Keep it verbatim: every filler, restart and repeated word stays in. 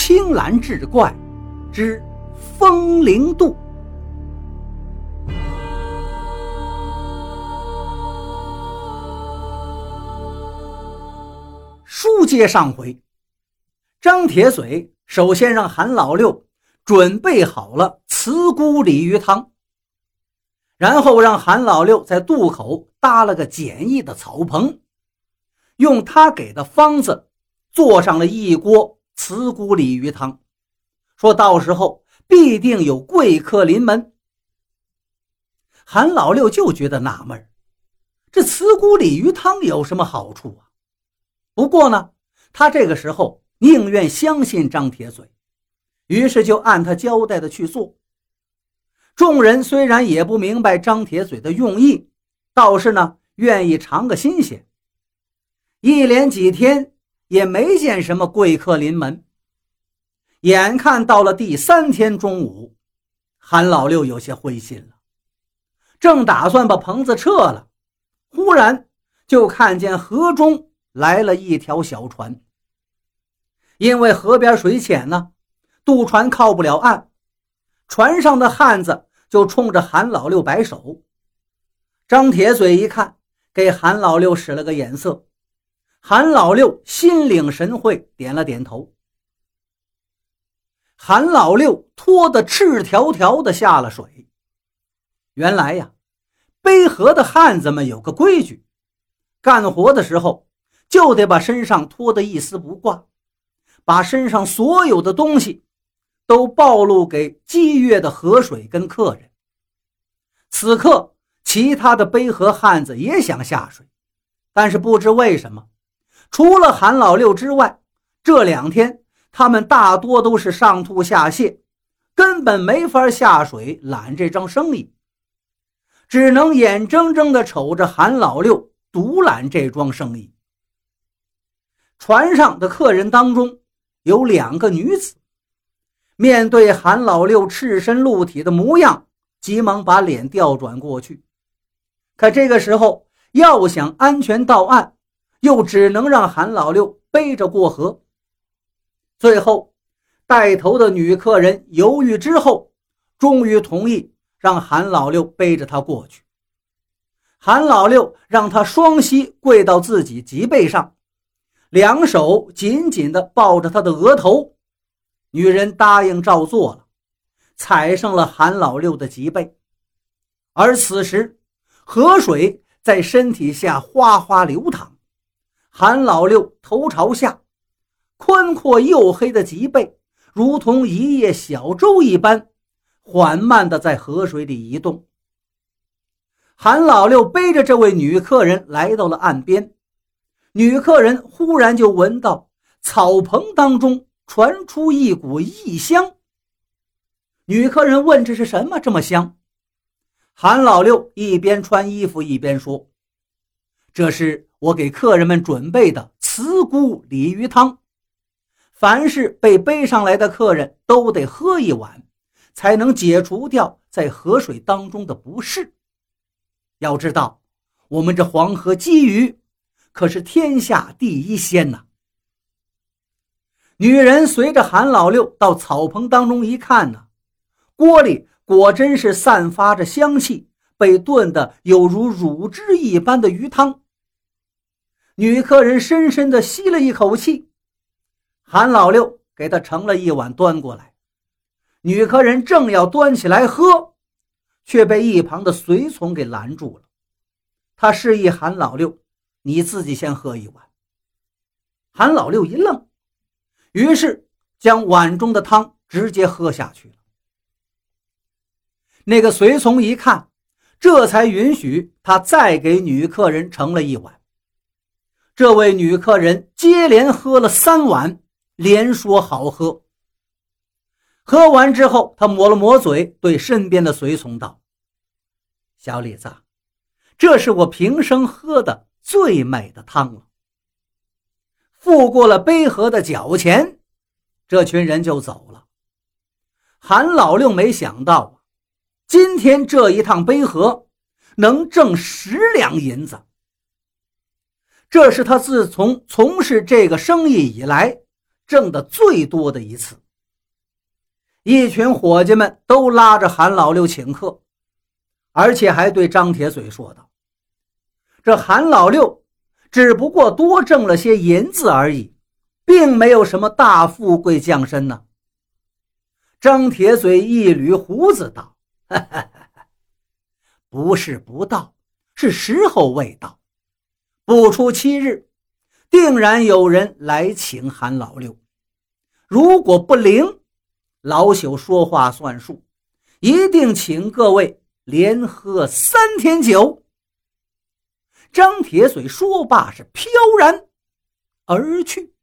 青蓝志怪之风铃渡。书接上回，张铁嘴首先让韩老六准备好了慈菇鲤鱼汤，然后让韩老六在渡口搭了个简易的草棚，用他给的方子做上了一锅慈菇鲤鱼汤，说到时候必定有贵客临门。韩老六就觉得纳闷，这慈菇鲤鱼汤有什么好处啊？不过呢，他这个时候宁愿相信张铁嘴，于是就按他交代的去做。众人虽然也不明白张铁嘴的用意，倒是呢愿意尝个新鲜。一连几天也没见什么贵客临门，眼看到了第三天中午，韩老六有些灰心了，正打算把棚子撤了，忽然就看见河中来了一条小船。因为河边水浅呢，渡船靠不了岸，船上的汉子就冲着韩老六摆手。张铁嘴一看，给韩老六使了个眼色，韩老六心领神会，点了点头。韩老六拖得赤条条的下了水。原来呀，背河的汉子们有个规矩，干活的时候就得把身上脱得一丝不挂，把身上所有的东西都暴露给激越的河水跟客人。此刻其他的背河汉子也想下水，但是不知为什么，除了韩老六之外，这两天他们大多都是上吐下泻，根本没法下水揽这桩生意，只能眼睁睁地瞅着韩老六独揽这桩生意。船上的客人当中有两个女子，面对韩老六赤身露体的模样，急忙把脸调转过去。可这个时候要想安全到岸，又只能让韩老六背着过河。最后带头的女客人犹豫之后，终于同意让韩老六背着她过去。韩老六让她双膝跪到自己脊背上，两手紧紧地抱着她的额头。女人答应照做了，踩上了韩老六的脊背。而此时河水在身体下哗哗流淌，韩老六头朝下，宽阔黝黑的脊背如同一叶小舟一般缓慢地在河水里移动。韩老六背着这位女客人来到了岸边，女客人忽然就闻到草棚当中传出一股异香。女客人问这是什么这么香？韩老六一边穿衣服一边说，这是我给客人们准备的慈菇鲤鱼汤，凡是被背上来的客人都得喝一碗，才能解除掉在河水当中的不适。要知道我们这黄河鲫鱼可是天下第一鲜呐。女人随着韩老六到草棚当中一看呢，锅里果真是散发着香气，被炖得有如乳汁一般的鱼汤。女客人深深地吸了一口气，韩老六给她盛了一碗端过来。女客人正要端起来喝，却被一旁的随从给拦住了。他示意韩老六，你自己先喝一碗。韩老六一愣，于是将碗中的汤直接喝下去了。那个随从一看，这才允许他再给女客人盛了一碗。这位女客人接连喝了三碗，连说好喝。喝完之后，他抹了抹嘴，对身边的随从道，小李子，这是我平生喝的最美的汤了。付过了背河的脚钱，这群人就走了。韩老六没想到啊，今天这一趟背河能挣十两银子，这是他自从从事这个生意以来挣得最多的一次。一群伙计们都拉着韩老六请客，而且还对张铁嘴说道：这韩老六只不过多挣了些银子而已，并没有什么大富贵降身呢。张铁嘴一捋胡子道：哈哈哈哈，不是不到，是时候未到。不出七日，定然有人来请韩老六。如果不灵，老朽说话算数，一定请各位连喝三天酒。张铁嘴说罢是飘然而去。